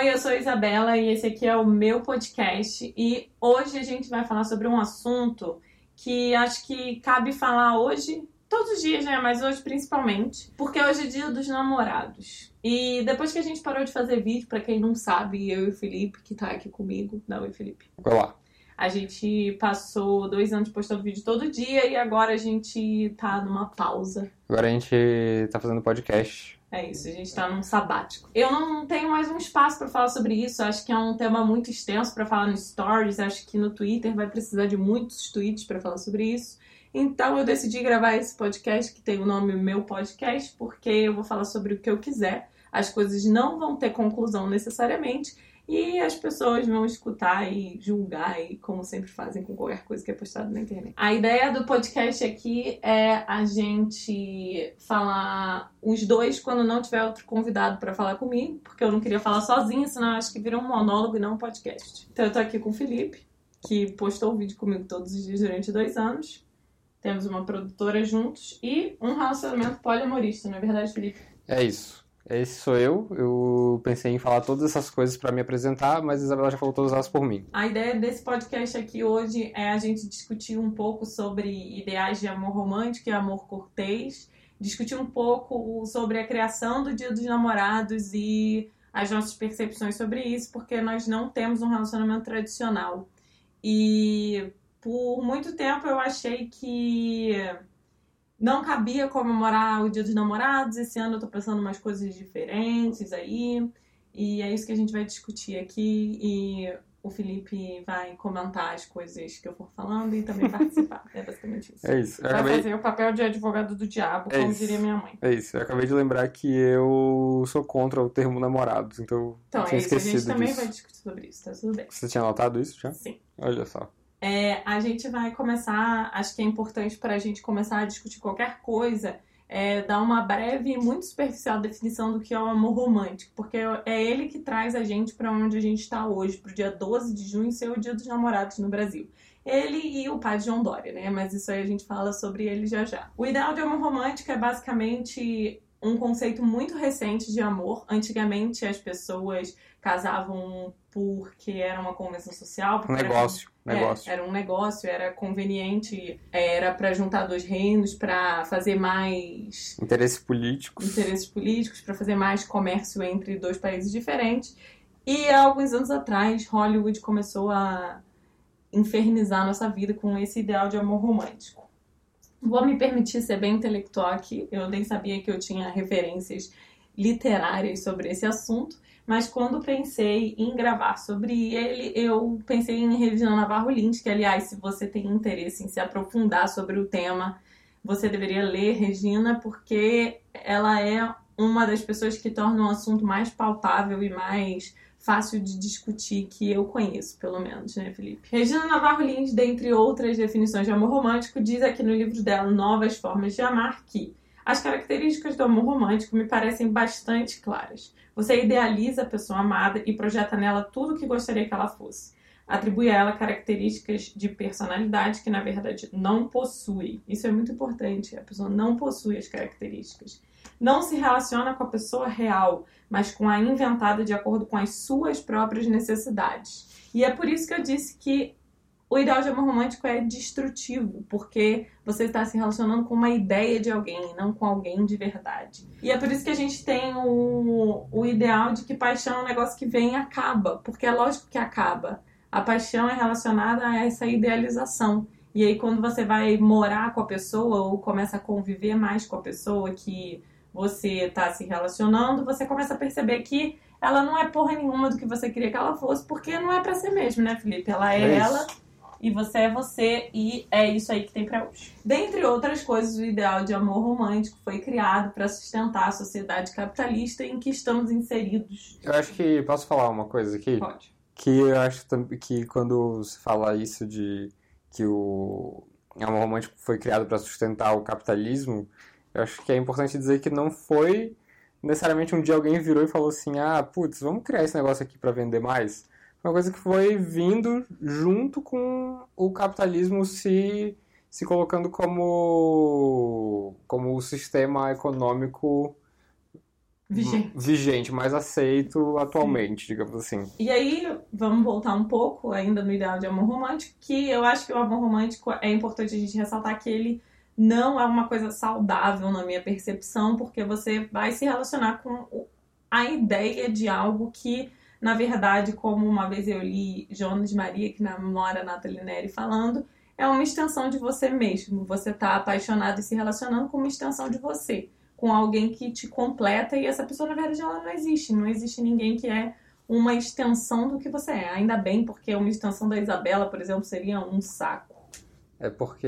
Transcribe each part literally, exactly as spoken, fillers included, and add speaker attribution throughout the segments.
Speaker 1: Oi, eu sou a Isabela e esse aqui é o meu podcast e hoje a gente vai falar sobre um assunto que acho que cabe falar hoje, todos os dias, né? Mas hoje principalmente, porque hoje é dia dos namorados. E depois que a gente parou de fazer vídeo, pra quem não sabe, eu e o Felipe, que tá aqui comigo, dá oi, Felipe.
Speaker 2: Olá.
Speaker 1: A gente passou dois anos postando vídeo todo dia e agora a gente tá numa pausa.
Speaker 2: Agora a gente tá fazendo podcast.
Speaker 1: É isso, a gente tá num sabático. Eu não tenho mais um espaço pra falar sobre isso, acho que é um tema muito extenso pra falar no Stories, acho que no Twitter vai precisar de muitos tweets pra falar sobre isso. Então eu decidi gravar esse podcast que tem o nome Meu Podcast, porque eu vou falar sobre o que eu quiser, as coisas não vão ter conclusão necessariamente, e as pessoas vão escutar e julgar, e como sempre fazem com qualquer coisa que é postada na internet. A ideia do podcast aqui é a gente falar os dois quando não tiver outro convidado pra falar comigo, porque eu não queria falar sozinha, senão eu acho que vira um monólogo e não um podcast. Então eu tô aqui com o Felipe, que postou o vídeo comigo todos os dias durante dois anos. Temos uma produtora juntos e um relacionamento poliamorista, não é verdade, Felipe?
Speaker 2: É isso. Esse sou eu. Eu pensei em falar todas essas coisas pra me apresentar, mas a Isabela já falou todas elas por mim.
Speaker 1: A ideia desse podcast aqui hoje é a gente discutir um pouco sobre ideais de amor romântico e amor cortês, discutir um pouco sobre a criação do Dia dos Namorados e as nossas percepções sobre isso, porque nós não temos um relacionamento tradicional. E por muito tempo eu achei que não cabia comemorar o Dia dos Namorados. Esse ano eu tô pensando em umas coisas diferentes aí. E é isso que a gente vai discutir aqui. E o Felipe vai comentar as coisas que eu for falando e também participar. É basicamente isso.
Speaker 2: É isso. Eu
Speaker 1: Vai
Speaker 2: acabei...
Speaker 1: fazer o papel de advogado do diabo,
Speaker 2: É
Speaker 1: como
Speaker 2: isso.
Speaker 1: diria minha mãe.
Speaker 2: É isso. Eu acabei de lembrar que eu sou contra o termo namorados, então
Speaker 1: Então
Speaker 2: eu tinha
Speaker 1: é isso, a
Speaker 2: esquecido
Speaker 1: gente também
Speaker 2: disso.
Speaker 1: vai discutir sobre isso, tá tudo bem.
Speaker 2: Você tinha notado isso já?
Speaker 1: Sim.
Speaker 2: Olha só.
Speaker 1: É, a gente vai começar, acho que é importante para a gente começar a discutir qualquer coisa, é, dar uma breve e muito superficial definição do que é o amor romântico, porque é ele que traz a gente para onde a gente está hoje, para o dia doze de junho ser o Dia dos Namorados no Brasil. Ele e o pai de João Dória, né? Mas isso aí a gente fala sobre ele já já. O ideal de amor romântico é basicamente um conceito muito recente de amor. Antigamente as pessoas casavam porque era uma convenção social.
Speaker 2: Um negócio.
Speaker 1: Era,
Speaker 2: negócio.
Speaker 1: É, era um negócio, era conveniente, era para juntar dois reinos, para fazer mais
Speaker 2: Interesses políticos.
Speaker 1: interesses políticos, para fazer mais comércio entre dois países diferentes. E há alguns anos atrás, Hollywood começou a infernizar a nossa vida com esse ideal de amor romântico. Vou me permitir ser bem intelectual aqui, eu nem sabia que eu tinha referências literárias sobre esse assunto, mas quando pensei em gravar sobre ele, eu pensei em Regina Navarro Lins, que, aliás, se você tem interesse em se aprofundar sobre o tema, você deveria ler Regina, porque ela é uma das pessoas que torna o assunto mais palpável e mais fácil de discutir que eu conheço, pelo menos, né, Felipe? Regina Navarro Lins, dentre outras definições de amor romântico, diz aqui no livro dela, Novas Formas de Amar, que as características do amor romântico me parecem bastante claras. Você idealiza a pessoa amada e projeta nela tudo o que gostaria que ela fosse. Atribui a ela características de personalidade que, na verdade, não possui. Isso é muito importante. A pessoa não possui as características. Não se relaciona com a pessoa real, mas com a inventada de acordo com as suas próprias necessidades. E é por isso que eu disse que o ideal de amor romântico é destrutivo, porque você está se relacionando com uma ideia de alguém, não com alguém de verdade. E é por isso que a gente tem o, o ideal de que paixão é um negócio que vem e acaba, porque é lógico que acaba. A paixão é relacionada a essa idealização. E aí quando você vai morar com a pessoa ou começa a conviver mais com a pessoa que você está se relacionando, você começa a perceber que ela não é porra nenhuma do que você queria que ela fosse, porque não é pra ser mesmo, né, Felipe? Ela é, é ela e você é você, e é isso aí que tem pra hoje. Dentre outras coisas, o ideal de amor romântico foi criado para sustentar a sociedade capitalista em que estamos inseridos.
Speaker 2: Eu acho que... Posso falar uma coisa aqui?
Speaker 1: Pode.
Speaker 2: Que eu acho que quando se fala isso de que o amor romântico foi criado para sustentar o capitalismo, eu acho que é importante dizer que não foi necessariamente um dia alguém virou e falou assim, ah, putz, vamos criar esse negócio aqui para vender mais. Foi uma coisa que foi vindo junto com o capitalismo se, se colocando como, como o sistema econômico
Speaker 1: Vigente.
Speaker 2: vigente, mais aceito atualmente, digamos assim.
Speaker 1: E aí, vamos voltar um pouco ainda no ideal de amor romântico, que eu acho que o amor romântico é importante a gente ressaltar que ele não é uma coisa saudável na minha percepção, porque você vai se relacionar com a ideia de algo que, na verdade, como uma vez eu li Jonas Maria, que namora Nathalie Neri, falando, é uma extensão de você mesmo. Você tá apaixonado e se relacionando com uma extensão de você, com alguém que te completa, e essa pessoa, na verdade, ela não existe. Não existe ninguém que é uma extensão do que você é. Ainda bem, porque uma extensão da Isabela, por exemplo, seria um saco.
Speaker 2: É porque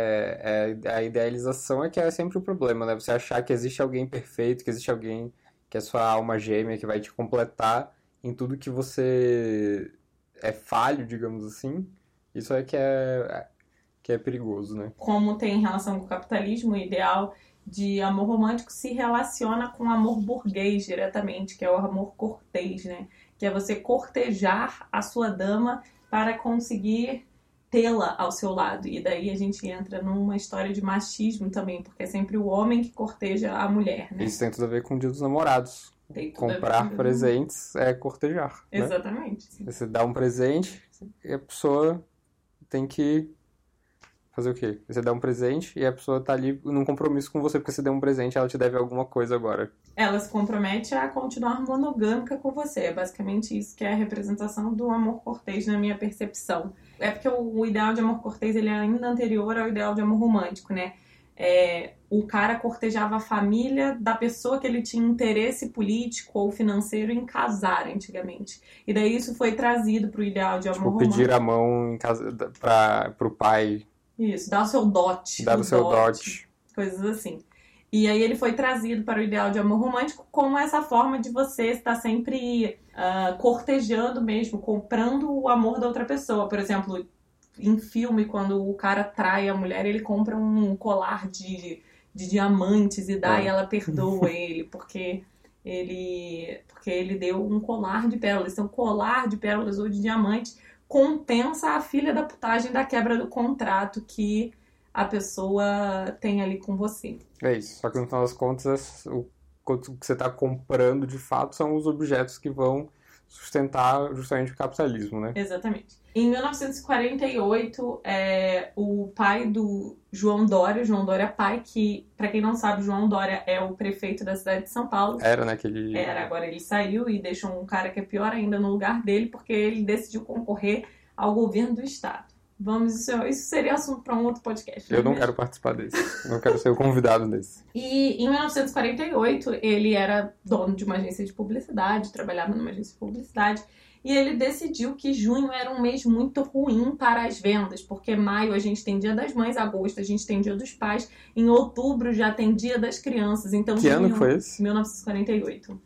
Speaker 2: é, é, a idealização é que é sempre o problema, né? Você achar que existe alguém perfeito, que existe alguém que é sua alma gêmea, que vai te completar em tudo que você é falho, digamos assim. Isso é que é, que é perigoso, né?
Speaker 1: Como tem relação com o capitalismo, o ideal de amor romântico se relaciona com o amor burguês diretamente, que é o amor cortês, né? Que é você cortejar a sua dama para conseguir tê-la ao seu lado. E daí a gente entra numa história de machismo também, porque é sempre o homem que corteja a mulher, né?
Speaker 2: Isso tem tudo a ver com o Dia dos Namorados.
Speaker 1: Tem tudo
Speaker 2: Comprar
Speaker 1: a ver com
Speaker 2: presentes é cortejar, né?
Speaker 1: Exatamente. Sim.
Speaker 2: Você dá um presente e a pessoa tem que fazer o quê? Você dá um presente e a pessoa tá ali num compromisso com você, porque você deu um presente, ela te deve alguma coisa agora.
Speaker 1: Ela se compromete a continuar monogâmica com você. É basicamente isso que é a representação do amor cortês na minha percepção. É porque o ideal de amor cortês ele é ainda anterior ao ideal de amor romântico, né? É, o cara cortejava a família da pessoa que ele tinha interesse político ou financeiro em casar antigamente. E daí isso foi trazido pro ideal de amor
Speaker 2: Tipo,
Speaker 1: romântico.
Speaker 2: pedir a mão em casa, pra, pro pai.
Speaker 1: Isso, dar o seu dote.
Speaker 2: Dar o seu dote.
Speaker 1: dote. Coisas assim. E aí ele foi trazido para o ideal de amor romântico como essa forma de você estar sempre uh, cortejando mesmo, comprando o amor da outra pessoa. Por exemplo, em filme, quando o cara trai a mulher, ele compra um colar de, de diamantes e dá, é. E ela perdoa ele, porque ele, porque ele deu um colar de pérolas. Então, colar de pérolas ou de diamantes compensa a filha da putagem da quebra do contrato que a pessoa tem ali com você.
Speaker 2: É isso. Só que no final das contas, o que você está comprando de fato são os objetos que vão sustentar justamente o capitalismo, né?
Speaker 1: Exatamente. Em mil novecentos e quarenta e oito, é, o pai do João Dória, João Dória pai, que, para quem não sabe, João Dória é o prefeito da cidade de São Paulo.
Speaker 2: Era, né? Que ele...
Speaker 1: Era, agora ele saiu e deixou um cara que é pior ainda no lugar dele, porque ele decidiu concorrer ao governo do estado. Vamos, isso, isso seria assunto para um outro podcast.
Speaker 2: Eu não mesmo? quero participar desse. Não quero ser o convidado desse.
Speaker 1: E em mil novecentos e quarenta e oito, ele era dono de uma agência de publicidade, trabalhava numa agência de publicidade, e ele decidiu que junho era um mês muito ruim para as vendas, porque maio a gente tem Dia das Mães, agosto a gente tem Dia dos Pais, em outubro já tem Dia das Crianças. Então,
Speaker 2: que
Speaker 1: junho,
Speaker 2: ano que foi esse?
Speaker 1: mil novecentos e quarenta e oito.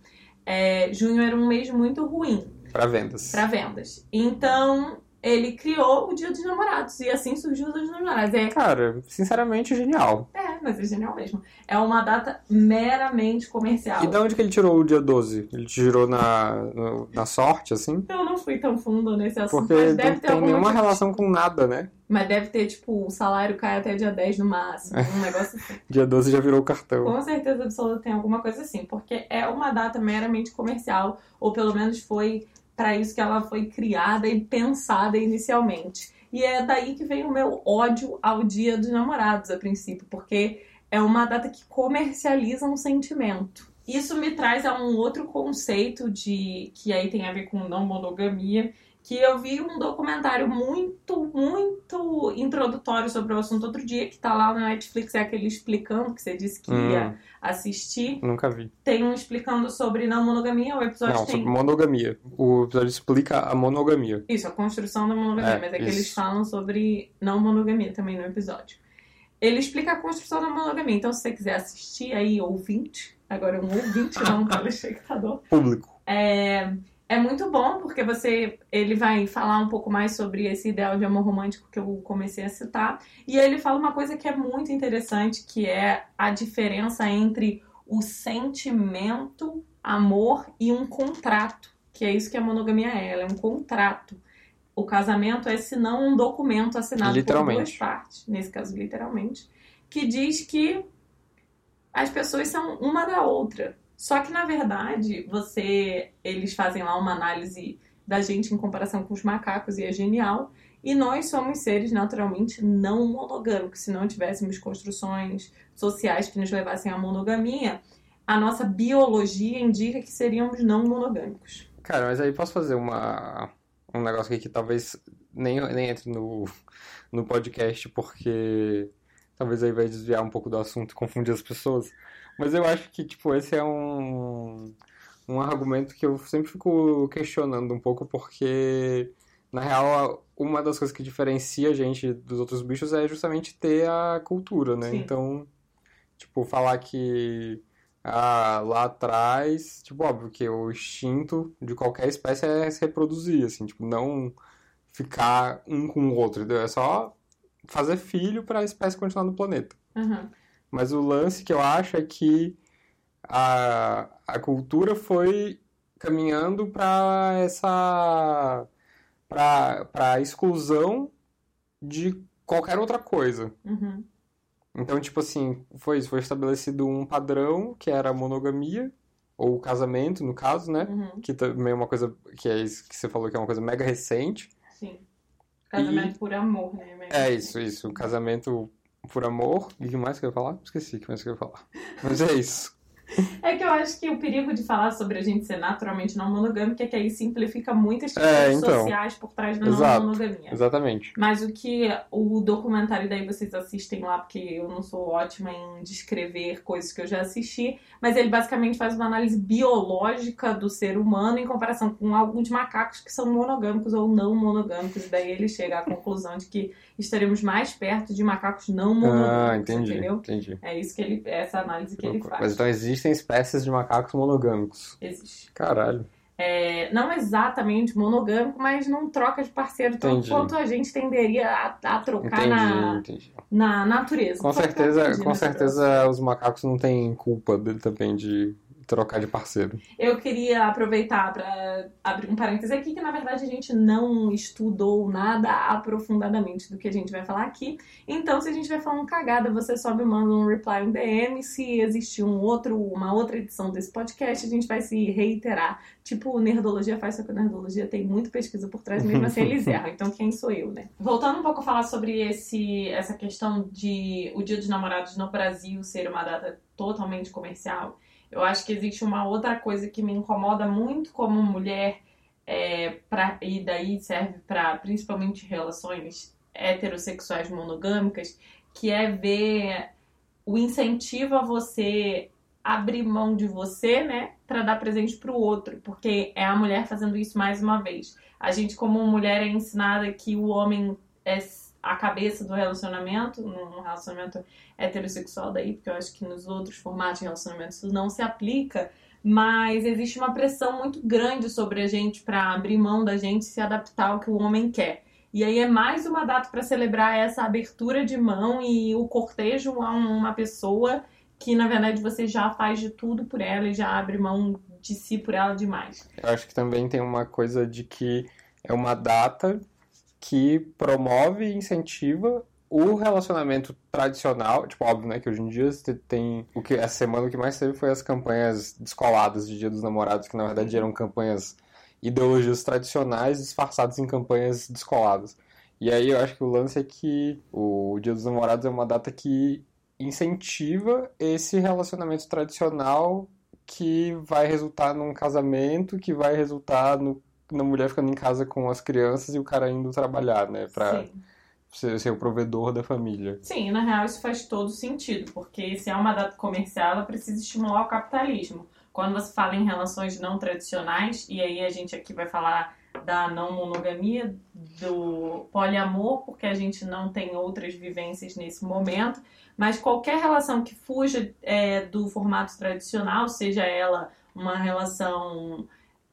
Speaker 1: É, junho era um mês muito ruim.
Speaker 2: Para vendas.
Speaker 1: Para vendas. Então, ele criou o Dia dos Namorados, e assim surgiu o Dia dos Namorados. É...
Speaker 2: Cara, sinceramente, genial.
Speaker 1: É, mas é genial mesmo. É uma data meramente comercial.
Speaker 2: E de onde que ele tirou o dia doze? Ele tirou na, no, na sorte, assim?
Speaker 1: Eu não fui tão fundo nesse assunto,
Speaker 2: porque
Speaker 1: mas deve
Speaker 2: não
Speaker 1: ter
Speaker 2: tem
Speaker 1: alguma
Speaker 2: nenhuma
Speaker 1: tipo...
Speaker 2: relação com nada, né?
Speaker 1: Mas deve ter, tipo, o salário cai até dia dez no máximo, um negócio assim.
Speaker 2: Dia doze já virou o cartão.
Speaker 1: Com certeza absoluta tem alguma coisa assim, porque é uma data meramente comercial, ou pelo menos foi para isso que ela foi criada e pensada inicialmente. E é daí que vem o meu ódio ao Dia dos Namorados, a princípio, porque é uma data que comercializa um sentimento. Isso me traz a um outro conceito de que aí tem a ver com não monogamia, que eu vi um documentário muito, muito introdutório sobre o assunto outro dia, que tá lá na Netflix, é aquele explicando, que você disse que
Speaker 2: hum,
Speaker 1: ia assistir.
Speaker 2: Nunca vi.
Speaker 1: Tem um explicando sobre não monogamia, o episódio
Speaker 2: não,
Speaker 1: tem...
Speaker 2: sobre monogamia. O episódio explica a monogamia.
Speaker 1: Isso, a construção da monogamia,
Speaker 2: é,
Speaker 1: mas é que
Speaker 2: isso.
Speaker 1: eles falam sobre não monogamia também no episódio. Ele explica a construção da monogamia, então se você quiser assistir aí, ouvinte, agora é um ouvinte, não um telespectador.
Speaker 2: Público.
Speaker 1: É... É muito bom, porque você, ele vai falar um pouco mais sobre esse ideal de amor romântico que eu comecei a citar. E ele fala uma coisa que é muito interessante, que é a diferença entre o sentimento, amor e um contrato. Que é isso que a monogamia é, ela é um contrato. O casamento é, se não, um documento assinado por duas partes, nesse caso literalmente, que diz que as pessoas são uma da outra. Só que, na verdade, você, eles fazem lá uma análise da gente em comparação com os macacos e é genial. E nós somos seres naturalmente não monogâmicos. Se não tivéssemos construções sociais que nos levassem à monogamia, a nossa biologia indica que seríamos não monogâmicos.
Speaker 2: Cara, mas aí posso fazer uma, um negócio aqui que talvez nem, nem entre no, no podcast, porque talvez aí vai desviar um pouco do assunto e confundir as pessoas. Mas eu acho que, tipo, esse é um, um argumento que eu sempre fico questionando um pouco, porque, na real, uma das coisas que diferencia a gente dos outros bichos é justamente ter a cultura, né?
Speaker 1: Sim.
Speaker 2: Então, tipo, falar que ah, lá atrás, tipo, óbvio que o instinto de qualquer espécie é se reproduzir, assim, tipo, não ficar um com o outro, entendeu? É só fazer filho para a espécie continuar no planeta.
Speaker 1: Uhum.
Speaker 2: Mas o lance que eu acho é que a, a cultura foi caminhando para essa para para a exclusão de qualquer outra coisa.
Speaker 1: Uhum.
Speaker 2: Então, tipo assim, foi isso, foi estabelecido um padrão que era a monogamia, ou o casamento, no caso, né?
Speaker 1: Uhum.
Speaker 2: Que também é uma coisa que é isso que você falou que é uma coisa mega recente.
Speaker 1: Sim. Casamento
Speaker 2: E-
Speaker 1: por amor, né? Mas-
Speaker 2: É isso, isso, o casamento por amor. E o que mais que eu ia falar? Esqueci o que mais que eu ia falar. Mas é isso.
Speaker 1: É que eu acho que o perigo de falar sobre a gente ser naturalmente não monogâmico é que aí simplifica muitas
Speaker 2: É,
Speaker 1: questões
Speaker 2: então.
Speaker 1: sociais por trás da
Speaker 2: Exato.
Speaker 1: não monogamia.
Speaker 2: Exatamente.
Speaker 1: Mas o que o documentário daí vocês assistem lá, porque eu não sou ótima em descrever coisas que eu já assisti, mas ele basicamente faz uma análise biológica do ser humano em comparação com alguns macacos que são monogâmicos ou não monogâmicos. E daí ele chega à conclusão de que estaremos mais perto de macacos não monogâmicos,
Speaker 2: Ah, entendi,
Speaker 1: entendeu?
Speaker 2: entendi.
Speaker 1: É isso que ele, essa análise que ele faz.
Speaker 2: Mas então existem espécies de macacos monogâmicos.
Speaker 1: Existe.
Speaker 2: Caralho.
Speaker 1: É, não exatamente monogâmico, mas não troca de parceiro tanto
Speaker 2: Entendi.
Speaker 1: quanto a gente tenderia a, a trocar
Speaker 2: Entendi,
Speaker 1: na,
Speaker 2: entendi.
Speaker 1: na natureza.
Speaker 2: Com
Speaker 1: Foi o que eu
Speaker 2: certeza,
Speaker 1: entendi
Speaker 2: com
Speaker 1: nesse
Speaker 2: certeza os macacos não têm culpa dele também de trocar de parceiro.
Speaker 1: Eu queria aproveitar para abrir um parêntese aqui, que na verdade a gente não estudou nada aprofundadamente do que a gente vai falar aqui. Então, se a gente vai falando cagada, você sobe e manda um reply no D M. Se existir um outro, uma outra edição desse podcast, a gente vai se reiterar. Tipo, Nerdologia faz, só que a Nerdologia tem muita pesquisa por trás, mesmo assim eles erram. Então, quem sou eu, né? Voltando um pouco a falar sobre esse, essa questão de o Dia dos Namorados no Brasil ser uma data totalmente comercial, eu acho que existe uma outra coisa que me incomoda muito como mulher, é, pra, e daí serve para principalmente relações heterossexuais monogâmicas, que é ver o incentivo a você abrir mão de você, né, para dar presente pro outro, porque é a mulher fazendo isso mais uma vez. A gente, como mulher, é ensinada que o homem é a cabeça do relacionamento, num relacionamento heterossexual daí, porque eu acho que nos outros formatos de relacionamento isso não se aplica, mas existe uma pressão muito grande sobre a gente para abrir mão da gente e se adaptar ao que o homem quer. E aí é mais uma data para celebrar essa abertura de mão e o cortejo a uma pessoa que, na verdade, você já faz de tudo por ela e já abre mão de si por ela demais.
Speaker 2: Eu acho que também tem uma coisa de que é uma data que promove e incentiva o relacionamento tradicional. Tipo, óbvio, né, que hoje em dia você tem... O que, essa semana o que mais teve foi as campanhas descoladas de Dia dos Namorados, que na verdade eram campanhas, ideologias tradicionais disfarçadas em campanhas descoladas. E aí eu acho que o lance é que o Dia dos Namorados é uma data que incentiva esse relacionamento tradicional que vai resultar num casamento, que vai resultar no na mulher ficando em casa com as crianças e o cara indo trabalhar, né? Pra
Speaker 1: Sim.
Speaker 2: ser, ser o provedor da família.
Speaker 1: Sim, na real isso faz todo sentido, porque se é uma data comercial, ela precisa estimular o capitalismo. Quando você fala em relações não tradicionais, e aí a gente aqui vai falar da não monogamia, do poliamor, porque a gente não tem outras vivências nesse momento, mas qualquer relação que fuja é, do formato tradicional, seja ela uma relação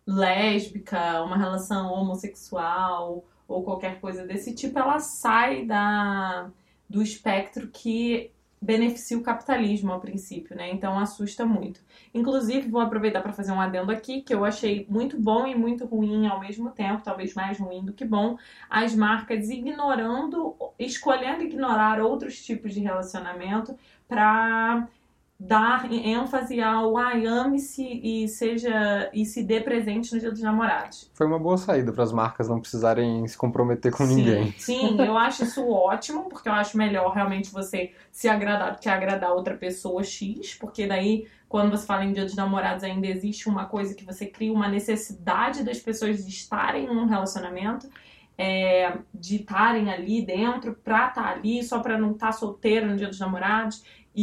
Speaker 1: lésbica, uma relação homossexual ou qualquer coisa desse tipo, ela sai da, do espectro que beneficia o capitalismo a princípio, né? Então assusta muito. Inclusive, vou aproveitar para fazer um adendo aqui, que eu achei muito bom e muito ruim ao mesmo tempo, talvez mais ruim do que bom, as marcas ignorando, escolhendo ignorar outros tipos de relacionamento para dar ênfase ao ai, ame-se e seja e se dê presente no Dia dos Namorados.
Speaker 2: Foi uma boa saída para as marcas não precisarem se comprometer com
Speaker 1: sim,
Speaker 2: ninguém.
Speaker 1: Sim, eu acho isso ótimo, porque eu acho melhor realmente você se agradar do que agradar outra pessoa X, porque daí, quando você fala em Dia dos Namorados, ainda existe uma coisa que você cria uma necessidade das pessoas de estarem num relacionamento, é, de estarem ali dentro pra estar ali, só pra não estar solteiro no Dia dos Namorados,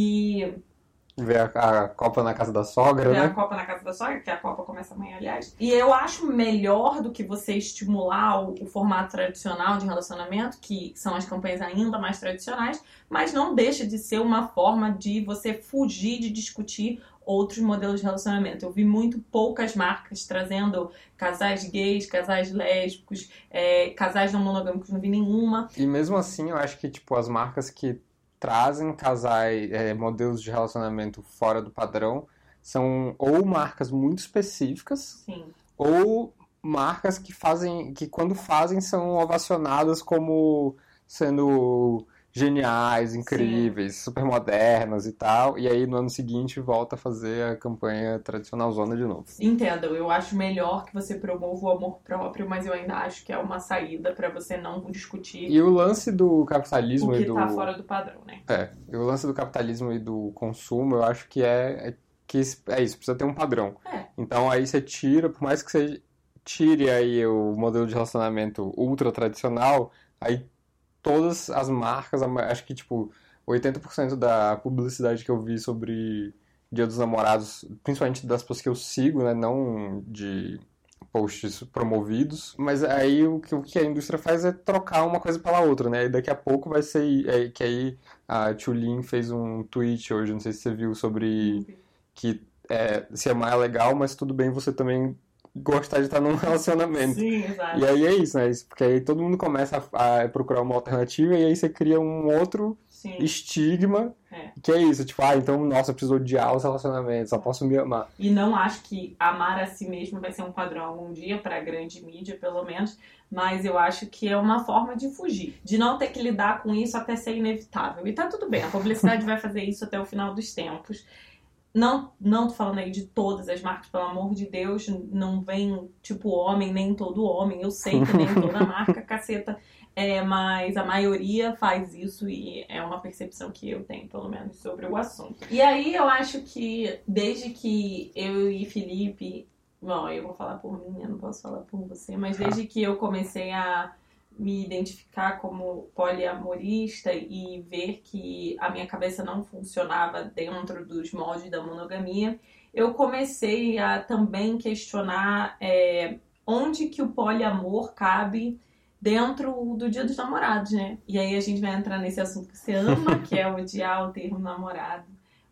Speaker 1: e
Speaker 2: ver a, a Copa na casa da sogra,
Speaker 1: ver
Speaker 2: né?
Speaker 1: a Copa na casa da sogra, que a Copa começa amanhã, aliás. E eu acho melhor do que você estimular o, o formato tradicional de relacionamento, que são as campanhas ainda mais tradicionais, mas não deixa de ser uma forma de você fugir de discutir outros modelos de relacionamento. Eu vi muito poucas marcas trazendo casais gays, casais lésbicos, é, casais não monogâmicos, não vi nenhuma.
Speaker 2: E mesmo assim, eu acho que tipo as marcas que trazem casais, é, modelos de relacionamento fora do padrão, são ou marcas muito específicas,
Speaker 1: Sim.
Speaker 2: ou marcas que fazem, que quando fazem são ovacionadas como sendo geniais, incríveis, Sim. super modernas e tal, e aí no ano seguinte volta a fazer a campanha tradicional zona de novo.
Speaker 1: Entendo, eu acho melhor que você promova o amor próprio, mas eu ainda acho que é uma saída pra você não discutir.
Speaker 2: E o lance do capitalismo
Speaker 1: o que
Speaker 2: e do...
Speaker 1: tá fora do padrão, né?
Speaker 2: É, e o lance do capitalismo e do consumo, eu acho que é, é que é isso, precisa ter um padrão.
Speaker 1: É.
Speaker 2: Então aí você tira, por mais que você tire aí o modelo de relacionamento ultra tradicional, aí todas as marcas, acho que tipo oitenta por cento da publicidade que eu vi sobre Dia dos Namorados, principalmente das pessoas que eu sigo, né, não de posts promovidos, mas aí o que, o que a indústria faz é trocar uma coisa pela outra, né, e daqui a pouco vai ser, é, que aí a Tulin fez um tweet hoje, não sei se você viu, sobre que é, se amar é legal, mas tudo bem você também gostar de estar num relacionamento.
Speaker 1: Sim, exato.
Speaker 2: E aí é isso, né? Porque aí todo mundo começa a, a procurar uma alternativa e aí você cria um outro Sim. estigma,
Speaker 1: é.
Speaker 2: que é isso, tipo, ah, então, nossa, eu preciso odiar os relacionamentos, só posso me amar.
Speaker 1: E não acho que amar a si mesmo vai ser um padrão algum dia, pra grande mídia, pelo menos, mas eu acho que é uma forma de fugir, de não ter que lidar com isso até ser inevitável. E tá tudo bem, a publicidade vai fazer isso até o final dos tempos. Não, não tô falando aí de todas as marcas, pelo amor de Deus, não vem tipo homem, nem todo homem, eu sei que nem toda marca, caceta, é, mas a maioria faz isso e é uma percepção que eu tenho, pelo menos, sobre o assunto. E aí eu acho que desde que eu e Felipe, bom, eu vou falar por mim, eu não posso falar por você, mas desde que eu comecei a me identificar como poliamorista e ver que a minha cabeça não funcionava dentro dos moldes da monogamia, eu comecei a também questionar é, onde que o poliamor cabe dentro do Dia dos Namorados, né? E aí a gente vai entrar nesse assunto que você ama, que é odiar o termo namorado,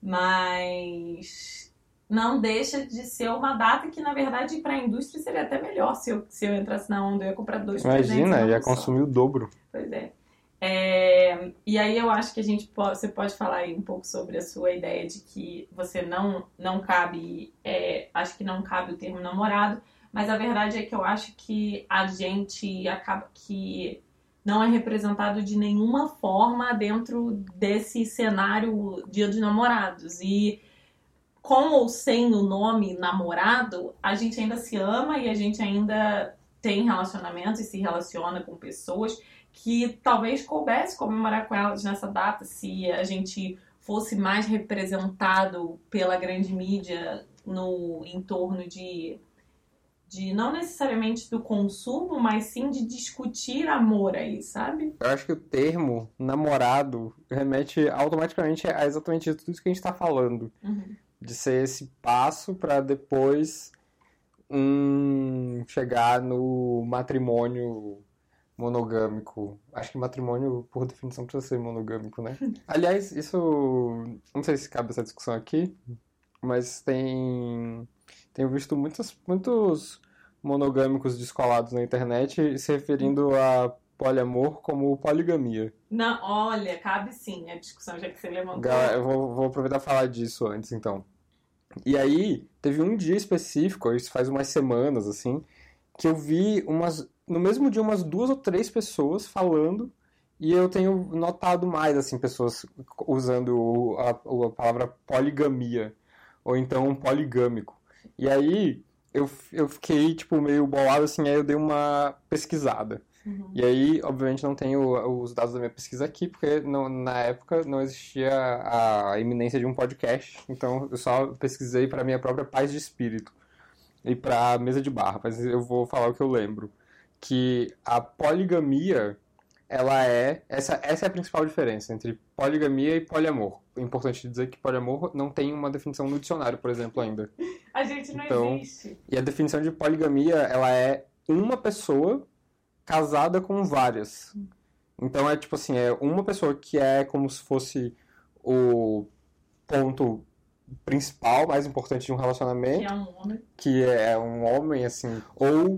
Speaker 1: mas não deixa de ser uma data que, na verdade, para a indústria seria até melhor se eu, se eu entrasse na onda. Eu ia comprar dois presentes.
Speaker 2: Imagina, ia consumir o dobro.
Speaker 1: Pois é. é. E aí eu acho que a gente pode, você pode falar aí um pouco sobre a sua ideia de que você não, não cabe, é, acho que não cabe o termo namorado, mas a verdade é que eu acho que a gente acaba que não é representado de nenhuma forma dentro desse cenário Dia dos Namorados. E com ou sem o nome namorado, a gente ainda se ama e a gente ainda tem relacionamentos e se relaciona com pessoas que talvez coubesse comemorar com elas nessa data se a gente fosse mais representado pela grande mídia no entorno de, de não necessariamente do consumo, mas sim de discutir amor aí, sabe?
Speaker 2: Eu acho que o termo namorado remete automaticamente a exatamente tudo isso que a gente está falando.
Speaker 1: Uhum.
Speaker 2: De ser esse passo para depois hum, chegar no matrimônio monogâmico. Acho que matrimônio, por definição, precisa ser monogâmico, né? Aliás, isso... Não sei se cabe essa discussão aqui, mas tem... Tenho visto muitos, muitos monogâmicos descolados na internet se referindo a poliamor como poligamia.
Speaker 1: Não, olha, cabe sim a discussão, já que você levantou.
Speaker 2: Eu vou, vou aproveitar e falar disso antes, então. E aí, teve um dia específico, isso faz umas semanas, assim, que eu vi umas, no mesmo dia umas duas ou três pessoas falando E eu tenho notado mais, assim, pessoas usando a, a palavra poligamia, ou então poligâmico. E aí, eu, eu fiquei, tipo, meio bolado, assim, aí eu dei uma pesquisada.
Speaker 1: Uhum.
Speaker 2: E aí, obviamente, não tenho os dados da minha pesquisa aqui, porque não, na época não existia a iminência de um podcast, então eu só pesquisei para minha própria paz de espírito e para a mesa de bar, mas eu vou falar o que eu lembro. Que a poligamia, ela é... Essa, essa é a principal diferença entre poligamia e poliamor. É importante dizer que poliamor não tem uma definição no dicionário, por exemplo, ainda.
Speaker 1: A gente não
Speaker 2: Então,
Speaker 1: existe.
Speaker 2: E a definição de poligamia, ela é uma pessoa casada com várias. Então é tipo assim, é uma pessoa que é como se fosse o ponto principal, mais importante de um relacionamento.
Speaker 1: Que é um homem.
Speaker 2: Que é um homem, assim, ou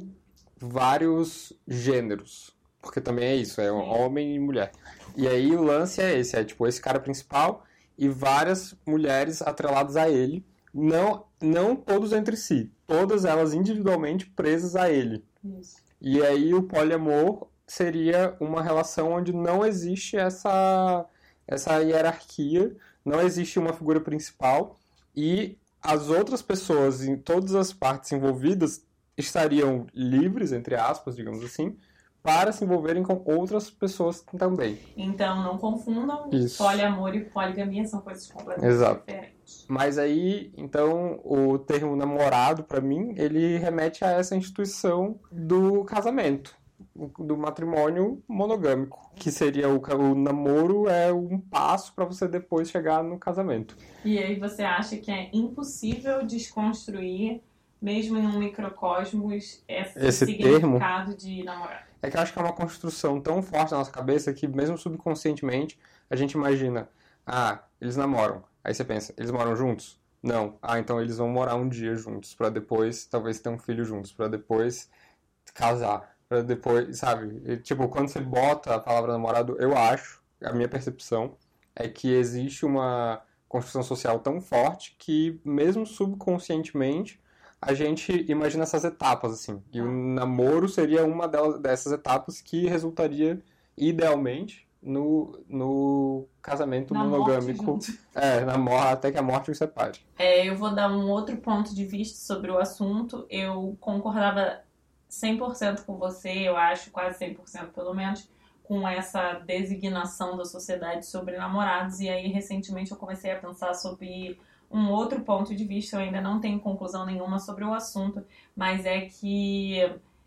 Speaker 2: vários gêneros. Porque também é isso, é um
Speaker 1: Sim.
Speaker 2: homem e mulher. E aí o lance é esse, é tipo esse cara principal e várias mulheres atreladas a ele. Não, não todos entre si, todas elas individualmente presas a ele.
Speaker 1: Isso.
Speaker 2: E aí o poliamor seria uma relação onde não existe essa, essa hierarquia, não existe uma figura principal e as outras pessoas em todas as partes envolvidas estariam livres, entre aspas, digamos assim, para se envolverem com outras pessoas também.
Speaker 1: Então, não confundam.
Speaker 2: Isso.
Speaker 1: Poliamor e poligamia são coisas completamente
Speaker 2: Exato.
Speaker 1: diferentes.
Speaker 2: Mas aí, então, o termo namorado, para mim, ele remete a essa instituição do casamento, do matrimônio monogâmico, que seria o, o namoro é um passo para você depois chegar no casamento.
Speaker 1: E aí você acha que é impossível desconstruir, mesmo em um microcosmos, esse,
Speaker 2: Esse
Speaker 1: significado de namorado?
Speaker 2: É que eu acho que é uma construção tão forte na nossa cabeça que, mesmo subconscientemente, a gente imagina, ah, eles namoram. Aí você pensa, eles moram juntos? Não. Ah, então eles vão morar um dia juntos, pra depois, talvez, ter um filho juntos, pra depois casar, pra depois, sabe? E, tipo, quando você bota a palavra namorado, eu acho, a minha percepção, é que existe uma construção social tão forte que, mesmo subconscientemente, a gente imagina essas etapas, assim. E o namoro seria uma delas, dessas etapas que resultaria, idealmente, no, no casamento
Speaker 1: Na
Speaker 2: monogâmico.
Speaker 1: morte junto.
Speaker 2: É, na morte, até que a morte os separe.
Speaker 1: É, eu vou dar um outro ponto de vista sobre o assunto. Eu concordava cem por cento com você, eu acho, quase cem por cento pelo menos, com essa designação da sociedade sobre namorados. E aí, recentemente, eu comecei a pensar sobre um outro ponto de vista. Eu ainda não tenho conclusão nenhuma sobre o assunto, mas é que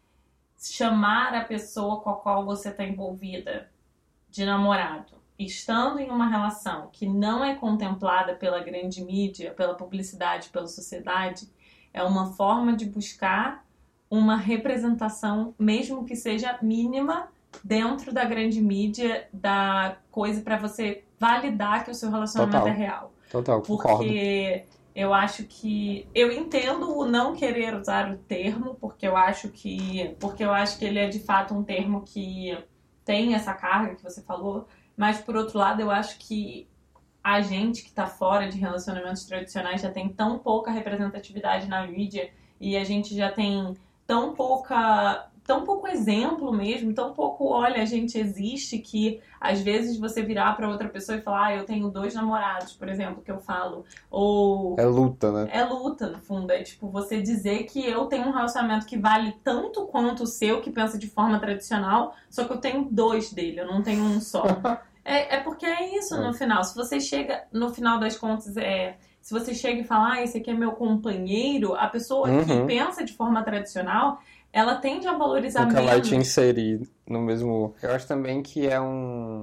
Speaker 1: chamar a pessoa com a qual você está envolvida de namorado, estando em uma relação que não é contemplada pela grande mídia, pela publicidade, pela sociedade, é uma forma de buscar uma representação, mesmo que seja mínima, dentro da grande mídia, da coisa para você validar que o seu relacionamento
Speaker 2: Total.
Speaker 1: é real.
Speaker 2: Total, concordo.
Speaker 1: Porque eu acho que... Eu entendo o não querer usar o termo, porque eu acho que... Porque eu acho que ele é, de fato, um termo que tem essa carga que você falou, mas, por outro lado, eu acho que a gente que tá fora de relacionamentos tradicionais já tem tão pouca representatividade na mídia e a gente já tem tão pouca... tão pouco exemplo mesmo, tão pouco, olha, a gente existe, que às vezes você virar pra outra pessoa e falar, ah, eu tenho dois namorados, por exemplo, que eu falo, ou...
Speaker 2: É luta, né?
Speaker 1: É luta, no fundo, é tipo você dizer que eu tenho um relacionamento que vale tanto quanto o seu, que pensa de forma tradicional, só que eu tenho dois dele, eu não tenho um só. é, é porque é isso
Speaker 2: É.
Speaker 1: no final, se você chega, no final das contas, é... Se você chega e fala, ah, esse aqui é meu companheiro, a pessoa
Speaker 2: Uhum.
Speaker 1: que pensa de forma tradicional, ela tende a valorizar
Speaker 2: Nunca vai te
Speaker 1: menos.
Speaker 2: inserir no mesmo... Eu acho também que é um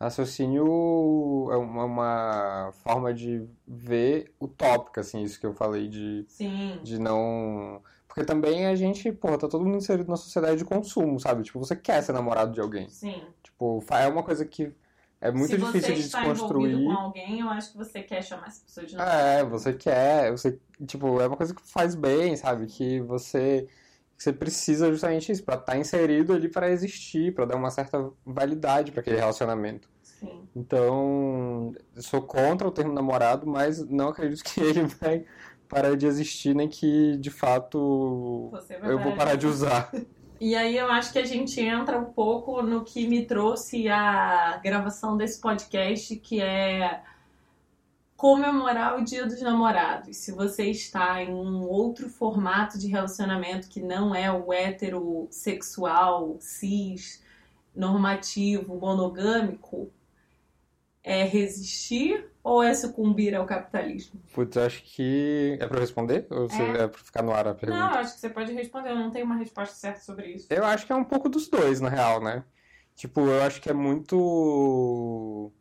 Speaker 2: raciocínio, é uma, uma forma de ver utópica, assim, isso que eu falei de,
Speaker 1: Sim,
Speaker 2: de não... Porque também a gente, pô, tá todo mundo inserido na sociedade de consumo, sabe? Tipo, você quer ser namorado de alguém.
Speaker 1: sim.
Speaker 2: Tipo, fa- é uma coisa que é muito
Speaker 1: Se
Speaker 2: difícil
Speaker 1: você
Speaker 2: de
Speaker 1: está envolvido
Speaker 2: desconstruir.
Speaker 1: com alguém, eu acho que você quer chamar essa pessoa de namorado.
Speaker 2: É, você quer, você, tipo, é uma coisa que faz bem, sabe? Que você, que você precisa justamente isso, pra estar inserido ali para existir, pra dar uma certa validade para aquele relacionamento.
Speaker 1: Sim.
Speaker 2: Então, eu sou contra o termo namorado, mas não acredito que ele vai parar de existir, nem que, de fato,
Speaker 1: Você vai
Speaker 2: eu vou
Speaker 1: parar
Speaker 2: parar
Speaker 1: de
Speaker 2: de usar.
Speaker 1: E aí eu acho que a gente entra um pouco no que me trouxe a gravação desse podcast, que é comemorar o Dia dos Namorados. Se você está em um outro formato de relacionamento que não é o heterossexual, cis, normativo, monogâmico, é resistir ou é sucumbir ao capitalismo?
Speaker 2: Putz, eu acho que... É pra eu responder? Ou você...
Speaker 1: É.
Speaker 2: é pra ficar no ar a pergunta?
Speaker 1: Não, eu acho que você pode responder. Eu não tenho uma resposta certa sobre isso.
Speaker 2: Eu acho que é um pouco dos dois, na real, né? Tipo, eu acho que é muito...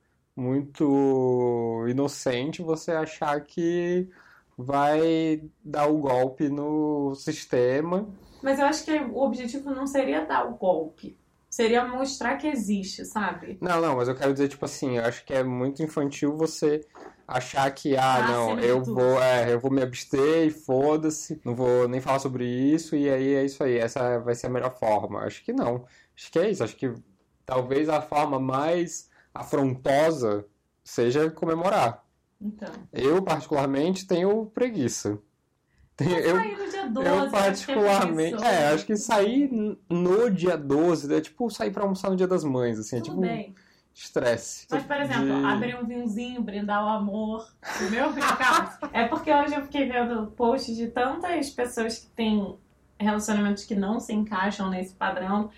Speaker 2: muito inocente você achar que vai dar o golpe no sistema.
Speaker 1: Mas eu acho que o objetivo não seria dar o golpe. Seria mostrar que existe, sabe?
Speaker 2: Não, não, mas eu quero dizer, tipo assim, eu acho que é muito infantil você achar que, ah,
Speaker 1: Ah,
Speaker 2: não,
Speaker 1: acima de
Speaker 2: eu
Speaker 1: tudo.
Speaker 2: vou, é, eu vou me abster e foda-se, não vou nem falar sobre isso, e aí é isso aí, essa vai ser a melhor forma. Acho que não. Acho que é isso, acho que talvez a forma mais afrontosa seja comemorar.
Speaker 1: Então.
Speaker 2: Eu, particularmente, tenho preguiça. Tenho-
Speaker 1: Eu
Speaker 2: Eu,
Speaker 1: saí no dia doze,
Speaker 2: eu
Speaker 1: acho que é
Speaker 2: particularmente.
Speaker 1: preguiçoso.
Speaker 2: É, acho que sair n- no dia doze é tipo sair pra almoçar no dia das mães, assim, é
Speaker 1: Tudo
Speaker 2: tipo
Speaker 1: bem.
Speaker 2: estresse.
Speaker 1: Mas, por exemplo,
Speaker 2: De-
Speaker 1: abrir um vinhozinho, brindar o amor. O meu calma. É porque hoje eu fiquei vendo posts de tantas pessoas que têm relacionamentos que não se encaixam nesse padrão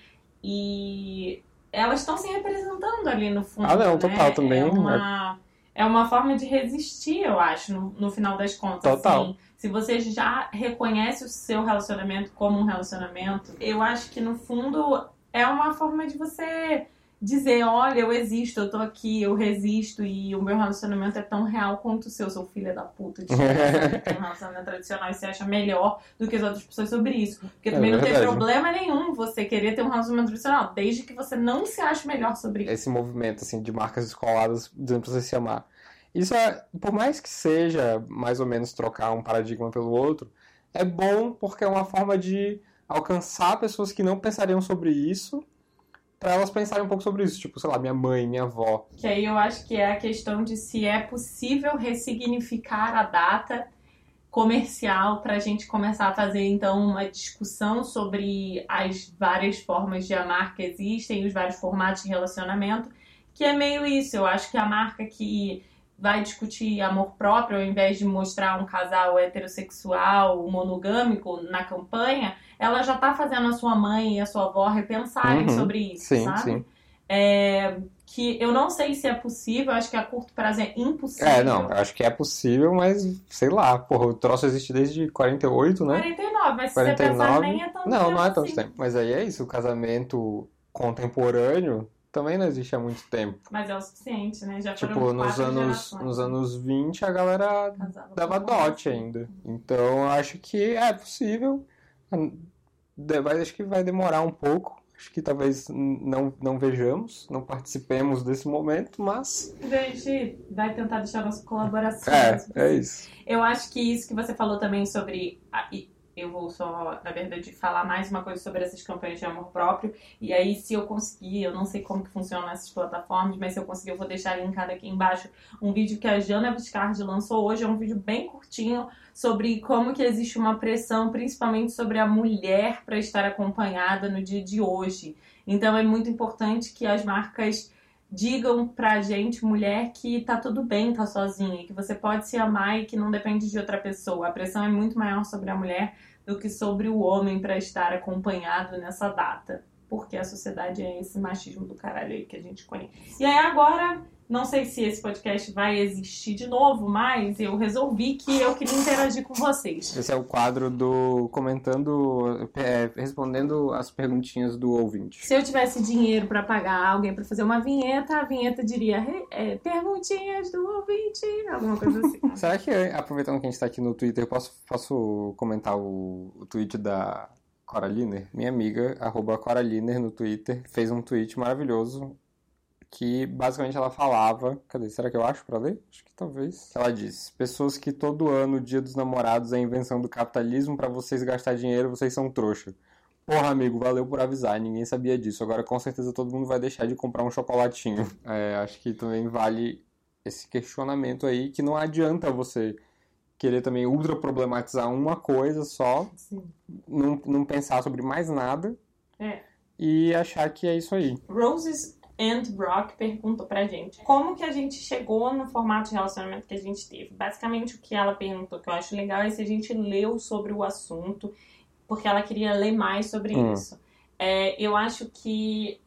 Speaker 1: e elas estão se representando ali no fundo.
Speaker 2: Ah, não,
Speaker 1: né?
Speaker 2: total, também.
Speaker 1: É uma, é uma forma de resistir, eu acho, no, no final das contas.
Speaker 2: Total.
Speaker 1: Assim, se você já reconhece o seu relacionamento como um relacionamento, eu acho que no fundo é uma forma de você dizer, olha, eu existo, eu tô aqui, eu resisto e o meu relacionamento é tão real quanto o seu, seu filho da puta, de tem um relacionamento tradicional e você acha melhor do que as outras pessoas sobre isso. Porque
Speaker 2: É
Speaker 1: também não tem
Speaker 2: verdade.
Speaker 1: problema nenhum você querer ter um relacionamento tradicional, desde que você não se ache melhor sobre isso.
Speaker 2: Esse movimento, assim, de marcas descoladas dizendo pra você se amar. Isso é, por mais que seja mais ou menos trocar um paradigma pelo outro, é bom porque é uma forma de alcançar pessoas que não pensariam sobre isso, pra elas pensarem um pouco sobre isso. Tipo, sei lá, minha mãe, minha avó.
Speaker 1: Que aí eu acho que é a questão de se é possível ressignificar a data comercial para a gente começar a fazer então uma discussão sobre as várias formas de amar que existem, os vários formatos de relacionamento, que é meio isso. Eu acho que a marca que vai discutir amor próprio ao invés de mostrar um casal heterossexual, monogâmico na campanha, ela já tá fazendo a sua mãe e a sua avó repensarem
Speaker 2: Uhum.
Speaker 1: sobre isso,
Speaker 2: Sim,
Speaker 1: sabe?
Speaker 2: sim.
Speaker 1: É, que eu não sei se é possível, acho que a curto prazo é impossível.
Speaker 2: É, não, eu acho que é possível, mas sei lá, porra, o troço existe desde quarenta e oito, né?
Speaker 1: quarenta e nove, mas se
Speaker 2: quarenta e
Speaker 1: você pensar,
Speaker 2: nove.
Speaker 1: nem é tanto
Speaker 2: Não,
Speaker 1: tempo
Speaker 2: não é tanto
Speaker 1: assim.
Speaker 2: tempo. Mas aí é isso, o casamento contemporâneo também não existe há muito tempo.
Speaker 1: Mas é o suficiente, né? Já foram
Speaker 2: Tipo, nos
Speaker 1: quatro
Speaker 2: anos,
Speaker 1: gerações,
Speaker 2: nos
Speaker 1: né?
Speaker 2: anos vinte a galera
Speaker 1: Casava
Speaker 2: dava
Speaker 1: com
Speaker 2: dote
Speaker 1: criança.
Speaker 2: ainda. Então eu acho que é possível, De- mas acho que vai demorar um pouco. Acho que talvez não, não vejamos, não participemos desse momento, mas
Speaker 1: A gente vai tentar deixar nossa colaboração.
Speaker 2: é, é isso.
Speaker 1: Eu acho que isso que você falou também sobre... a- e eu vou só, na verdade, falar mais uma coisa sobre essas campanhas de amor próprio. E aí, se eu conseguir, eu não sei como que funcionam essas plataformas, mas se eu conseguir, eu vou deixar linkado aqui embaixo um vídeo que a Jana Viscardi lançou hoje. É um vídeo bem curtinho sobre como que existe uma pressão, principalmente sobre a mulher, para estar acompanhada no dia de hoje. Então, é muito importante que as marcas digam pra gente, mulher, que tá tudo bem tá sozinha, que você pode se amar e que não depende de outra pessoa. A pressão é muito maior sobre a mulher do que sobre o homem pra estar acompanhado nessa data. Porque a sociedade é esse machismo do caralho aí que a gente conhece. E aí agora, não sei se esse podcast vai existir de novo, mas eu resolvi que eu queria interagir com vocês.
Speaker 2: Esse é o quadro do comentando, é, respondendo as perguntinhas do ouvinte.
Speaker 1: Se eu tivesse dinheiro pra pagar alguém pra fazer uma vinheta, a vinheta diria é, perguntinhas do ouvinte, alguma coisa assim.
Speaker 2: Será que, aproveitando que a gente tá aqui no Twitter, eu posso, posso comentar o, o tweet da Coraliner? Minha amiga, arroba Coraliner no Twitter, fez um tweet maravilhoso que basicamente ela falava... Cadê? Será que eu acho pra ler? Acho que talvez. Ela diz: pessoas que todo ano o dia dos namorados é a invenção do capitalismo pra vocês gastar dinheiro, vocês são trouxa. Porra, amigo, valeu por avisar, ninguém sabia disso. Agora com certeza todo mundo vai deixar de comprar um chocolatinho. É, acho que também vale esse questionamento aí, que não adianta você querer também ultra problematizar uma coisa só,
Speaker 1: Sim.
Speaker 2: não, não pensar sobre mais nada.
Speaker 1: É.
Speaker 2: e achar que é isso aí.
Speaker 1: Roses and Rock perguntou pra gente como que a gente chegou no formato de relacionamento que a gente teve. Basicamente, o que ela perguntou, que eu acho legal, é se a gente leu sobre o assunto, porque ela queria ler mais sobre
Speaker 2: hum.
Speaker 1: isso. É, eu acho que,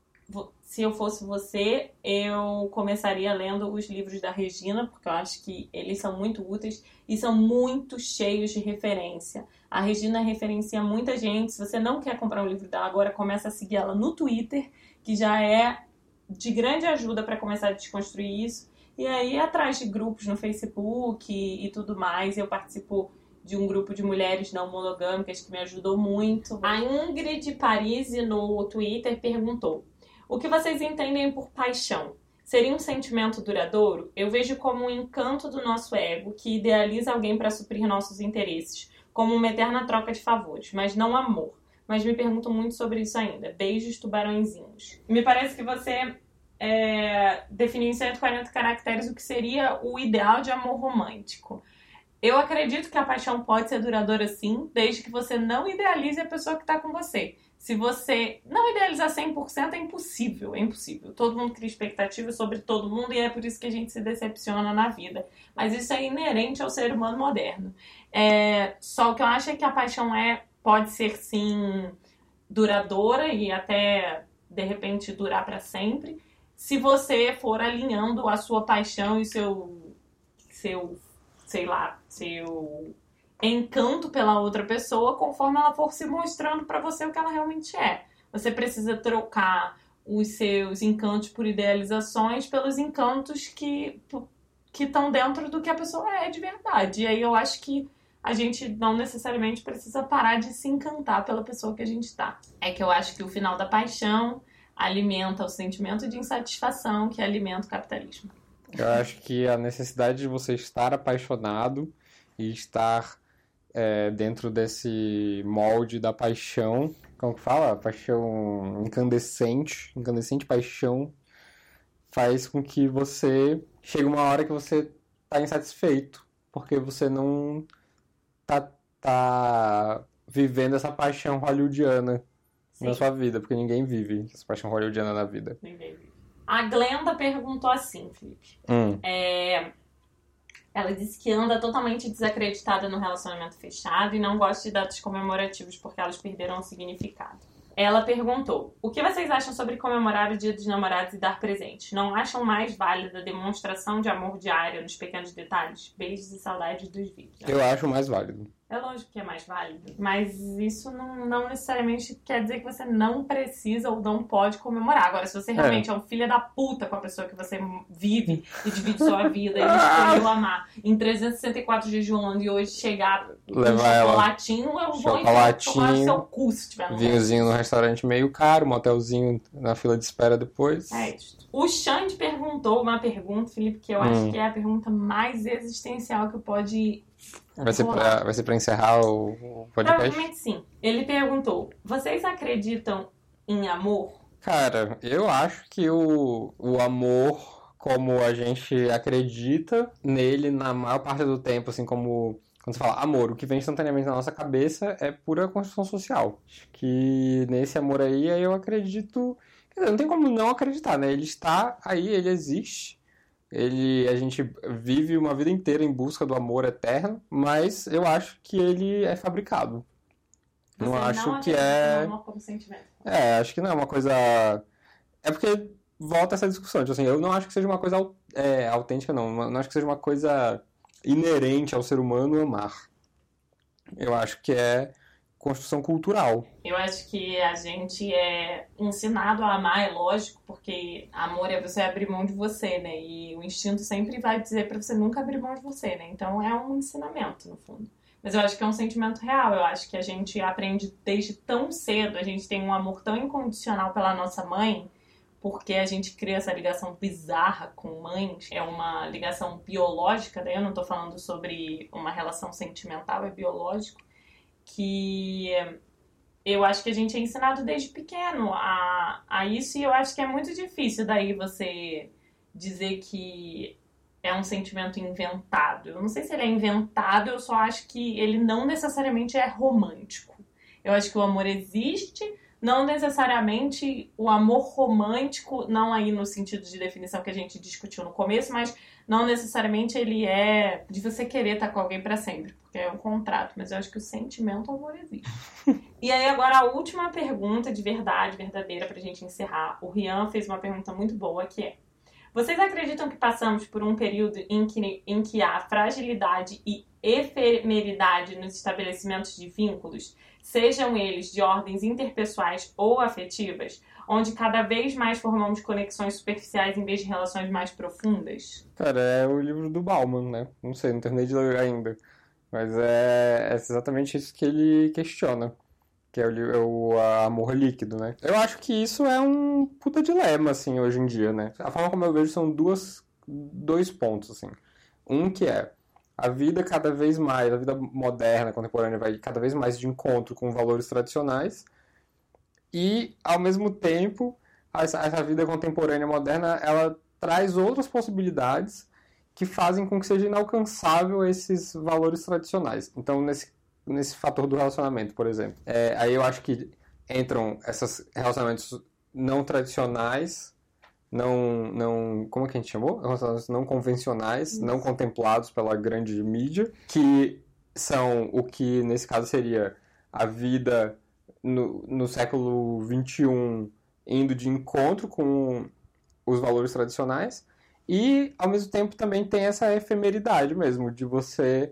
Speaker 1: se eu fosse você, eu começaria lendo os livros da Regina, porque eu acho que eles são muito úteis e são muito cheios de referência. A Regina referencia muita gente. Se você não quer comprar o livro dela agora, começa a seguir ela no Twitter, que já é de grande ajuda para começar a desconstruir isso. E aí, atrás de grupos no Facebook e, e tudo mais, eu participo de um grupo de mulheres não monogâmicas que me ajudou muito. A Ingrid Parisi, no Twitter, perguntou: o que vocês entendem por paixão? Seria um sentimento duradouro? Eu vejo como um encanto do nosso ego que idealiza alguém para suprir nossos interesses, como uma eterna troca de favores, mas não amor. Mas me pergunto muito sobre isso ainda. Beijos, tubarõezinhos. Me parece que você é, definiu em cento e quarenta caracteres o que seria o ideal de amor romântico. Eu acredito que a paixão pode ser duradoura sim, desde que você não idealize a pessoa que está com você. Se você não idealizar cem por cento, é impossível, é impossível. Todo mundo cria expectativas sobre todo mundo e é por isso que a gente se decepciona na vida. Mas isso é inerente ao ser humano moderno. É, só o que eu acho é que a paixão é, pode ser sim duradoura e até, de repente, durar para sempre, se você for alinhando a sua paixão e seu, seu, sei lá, seu encanto pela outra pessoa conforme ela for se mostrando para você o que ela realmente é. Você precisa trocar os seus encantos por idealizações pelos encantos que que estão dentro do que a pessoa é de verdade. E aí eu acho que a gente não necessariamente precisa parar de se encantar pela pessoa que a gente tá. É que eu acho que o final da paixão alimenta o sentimento de insatisfação que alimenta o capitalismo.
Speaker 2: Eu acho que a necessidade de você estar apaixonado e estar é, dentro desse molde da paixão, como que fala? Paixão incandescente, incandescente paixão, faz com que você chegue uma hora que você tá insatisfeito, porque você não tá, tá vivendo essa paixão hollywoodiana Sim. na sua vida, porque ninguém vive essa paixão hollywoodiana na vida.
Speaker 1: Ninguém vive. A Glenda perguntou assim, Felipe.
Speaker 2: Hum.
Speaker 1: É... Ela disse que anda totalmente desacreditada no relacionamento fechado e não gosta de datas comemorativos porque elas perderam o significado. Ela perguntou: o que vocês acham sobre comemorar o Dia dos Namorados e dar presentes? Não acham mais válida a demonstração de amor diário nos pequenos detalhes? Beijos e saudades dos vídeos.
Speaker 2: Eu acho mais válido.
Speaker 1: É lógico que é mais válido, mas isso não, não necessariamente quer dizer que você não precisa ou não pode comemorar. Agora, se você realmente é, é um filho da puta com a pessoa que você vive e divide sua vida e escolheu amar em trezentos e sessenta e quatro dias de um ano e hoje chegar com um chocolatinho, eu vou tomar no seu cu se tiver no
Speaker 2: vinhozinho no restaurante meio caro, um motelzinho na fila de espera depois.
Speaker 1: É isso. O Xande perguntou uma pergunta, Felipe, que eu hum. acho que é a pergunta mais existencial que pode...
Speaker 2: Vai ser, pra, vai ser pra encerrar o, o podcast?
Speaker 1: Provavelmente sim. Ele perguntou: vocês acreditam em amor?
Speaker 2: Cara, eu acho que o, o amor, como a gente acredita nele na maior parte do tempo, assim como... Quando você fala amor, o que vem instantaneamente na nossa cabeça é pura construção social. Acho que nesse amor aí eu acredito... Quer dizer, não tem como não acreditar, né? Ele está aí, ele existe. Ele, a gente vive uma vida inteira em busca do amor eterno, mas eu acho que ele é fabricado. Não
Speaker 1: Você
Speaker 2: acho
Speaker 1: não
Speaker 2: que é...
Speaker 1: amor como sentimento.
Speaker 2: É, acho que não é uma coisa... É porque volta essa discussão. Tipo assim, eu não acho que seja uma coisa é, autêntica, não. Não acho que seja uma coisa inerente ao ser humano amar. Eu acho que é construção cultural.
Speaker 1: Eu acho que a gente é ensinado a amar, é lógico, porque amor é você abrir mão de você, né? E o instinto sempre vai dizer pra você nunca abrir mão de você, né? Então é um ensinamento, no fundo. Mas eu acho que é um sentimento real. Eu acho que a gente aprende desde tão cedo, a gente tem um amor tão incondicional pela nossa mãe, porque a gente cria essa ligação bizarra com mães. É uma ligação biológica, né? Eu não tô falando sobre uma relação sentimental, é biológico. Que eu acho que a gente é ensinado desde pequeno a, a isso, e eu acho que é muito difícil daí você dizer que é um sentimento inventado. Eu não sei se ele é inventado, eu só acho que ele não necessariamente é romântico. Eu acho que o amor existe, não necessariamente o amor romântico, não aí no sentido de definição que a gente discutiu no começo, mas não necessariamente ele é de você querer estar com alguém pra sempre, porque é um contrato, mas eu acho que o sentimento, o amor existe. E aí agora a última pergunta de verdade, verdadeira, pra gente encerrar. O Rian fez uma pergunta muito boa, que é: vocês acreditam que passamos por um período em que, em que há fragilidade e efemeridade nos estabelecimentos de vínculos, sejam eles de ordens interpessoais ou afetivas, onde cada vez mais formamos conexões superficiais em vez de relações mais profundas?
Speaker 2: Cara, é o livro do Bauman, né? Não sei, não terminei de ler ainda. Mas é, é exatamente isso que ele questiona. Que é o, li- é o amor líquido, né? Eu acho que isso é um puta dilema, assim, hoje em dia, né? A forma como eu vejo são duas, dois pontos, assim. Um que é a vida cada vez mais, a vida moderna, contemporânea, vai cada vez mais de encontro com valores tradicionais e, ao mesmo tempo, essa, essa vida contemporânea moderna, ela traz outras possibilidades que fazem com que seja inalcançável esses valores tradicionais. Então, nesse, nesse fator do relacionamento, por exemplo, é, aí eu acho que entram esses relacionamentos não tradicionais, não, não, como é que a gente chamou? Relacionamentos não convencionais,
Speaker 1: Isso.
Speaker 2: não contemplados pela grande mídia, que são o que, nesse caso, seria a vida no, no século vinte e um indo de encontro com os valores tradicionais e, ao mesmo tempo, também tem essa efemeridade mesmo, de você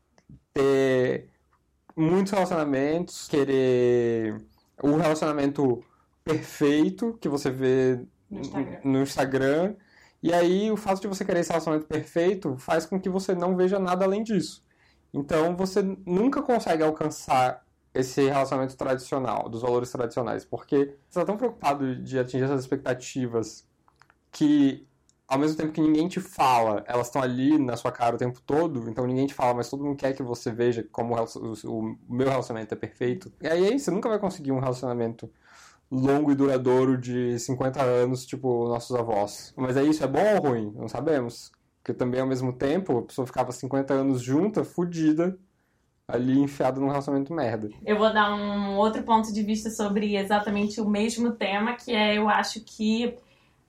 Speaker 2: ter muitos relacionamentos, querer o relacionamento perfeito que você vê
Speaker 1: No Instagram.
Speaker 2: no Instagram, e aí o fato de você querer esse relacionamento perfeito faz com que você não veja nada além disso. Então você nunca consegue alcançar esse relacionamento tradicional, dos valores tradicionais, porque você está tão preocupado de atingir essas expectativas que, ao mesmo tempo que ninguém te fala, elas estão ali na sua cara o tempo todo, então ninguém te fala, mas todo mundo quer que você veja como o relacion- o meu relacionamento é perfeito. E aí você nunca vai conseguir um relacionamento longo e duradouro de cinquenta anos, tipo nossos avós. Mas é isso, é bom ou ruim? Não sabemos. Porque também, ao mesmo tempo, a pessoa ficava cinquenta anos junta, fudida, ali enfiada num relacionamento merda.
Speaker 1: Eu vou dar um outro ponto de vista sobre exatamente o mesmo tema, que é, eu acho que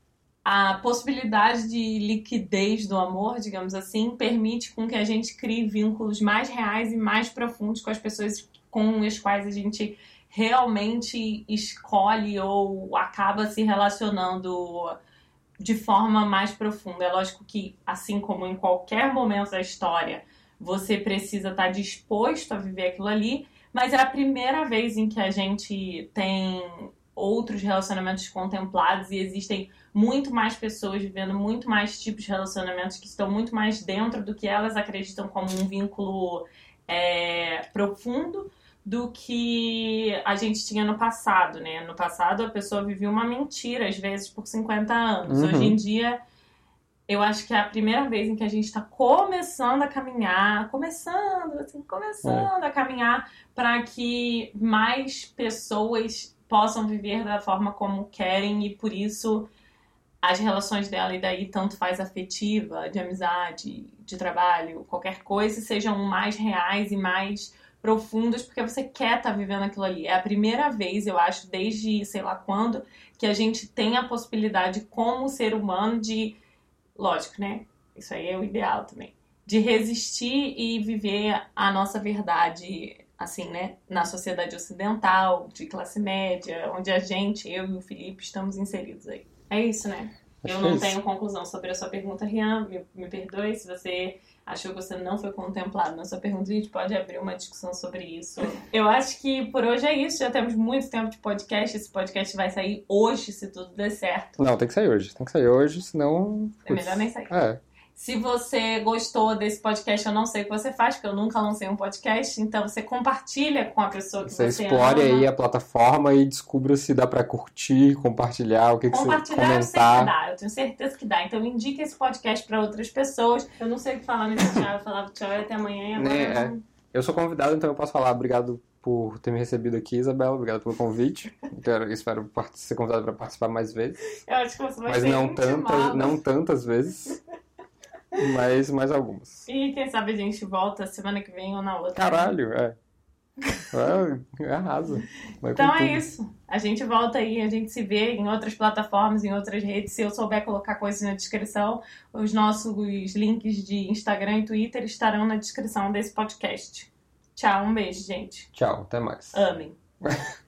Speaker 1: a possibilidade de liquidez do amor, digamos assim, permite com que a gente crie vínculos mais reais e mais profundos com as pessoas com as quais a gente realmente escolhe ou acaba se relacionando de forma mais profunda. É lógico que, assim como em qualquer momento da história, você precisa estar disposto a viver aquilo ali, mas é a primeira vez em que a gente tem outros relacionamentos contemplados e existem muito mais pessoas vivendo muito mais tipos de relacionamentos que estão muito mais dentro do que elas acreditam como um vínculo é, profundo do que a gente tinha no passado, né? No passado a pessoa vivia uma mentira, às vezes, por cinquenta anos.
Speaker 2: Uhum.
Speaker 1: Hoje em dia, eu acho que é a primeira vez em que a gente está começando a caminhar, começando, assim, começando a caminhar para que mais pessoas possam viver da forma como querem e, por isso, as relações dela, e daí tanto faz afetiva, de amizade, de trabalho, qualquer coisa, sejam mais reais e mais profundas, porque você quer estar vivendo aquilo ali. É a primeira vez, eu acho, desde sei lá quando, que a gente tem a possibilidade, como ser humano, de... Lógico, né? Isso aí é o ideal também. De resistir e viver a nossa verdade, assim, né? Na sociedade ocidental, de classe média, onde a gente, eu e o Felipe, estamos inseridos aí. É isso, né?
Speaker 2: Acho
Speaker 1: Eu
Speaker 2: que é
Speaker 1: não
Speaker 2: isso.
Speaker 1: tenho conclusão sobre a sua pergunta, Rian. Me, me perdoe se você achou que você não foi contemplado na sua pergunta. A gente pode abrir uma discussão sobre isso. Eu acho que por hoje é isso. Já temos muito tempo de podcast. Esse podcast vai sair hoje, se tudo der certo.
Speaker 2: Não, tem que sair hoje. Tem que sair hoje, senão...
Speaker 1: É melhor nem sair.
Speaker 2: É.
Speaker 1: Se você gostou desse podcast, eu não sei o que você faz, porque eu nunca lancei um podcast. Então você compartilha com a pessoa que
Speaker 2: Você
Speaker 1: você,
Speaker 2: explore
Speaker 1: ama.
Speaker 2: aí a plataforma e descubra se dá pra curtir, compartilhar, o que, que você
Speaker 1: Compartilhar eu sei que
Speaker 2: comentar.
Speaker 1: dá, eu tenho certeza que dá. Então indique esse podcast para outras pessoas. Eu não sei o que falar nesse tchau, eu falava tchau e até amanhã e agora
Speaker 2: Né,
Speaker 1: eu
Speaker 2: é.
Speaker 1: não...
Speaker 2: Eu sou convidado, então eu posso falar obrigado por ter me recebido aqui, Isabela. Obrigado pelo convite. Quero, espero part- ser convidado para participar mais vezes.
Speaker 1: Eu acho que você vai
Speaker 2: Mas
Speaker 1: ser
Speaker 2: não tantas,
Speaker 1: intimado.
Speaker 2: não tantas vezes. Mas mais algumas.
Speaker 1: E quem sabe a gente volta semana que vem ou na outra.
Speaker 2: Caralho, é. Ah, arrasa. Vai com
Speaker 1: Então é
Speaker 2: tudo.
Speaker 1: isso. A gente volta aí, a gente se vê em outras plataformas, em outras redes. Se eu souber colocar coisas na descrição, os nossos links de Instagram e Twitter estarão na descrição desse podcast. Tchau, um beijo, gente.
Speaker 2: Tchau, até mais.
Speaker 1: Amém.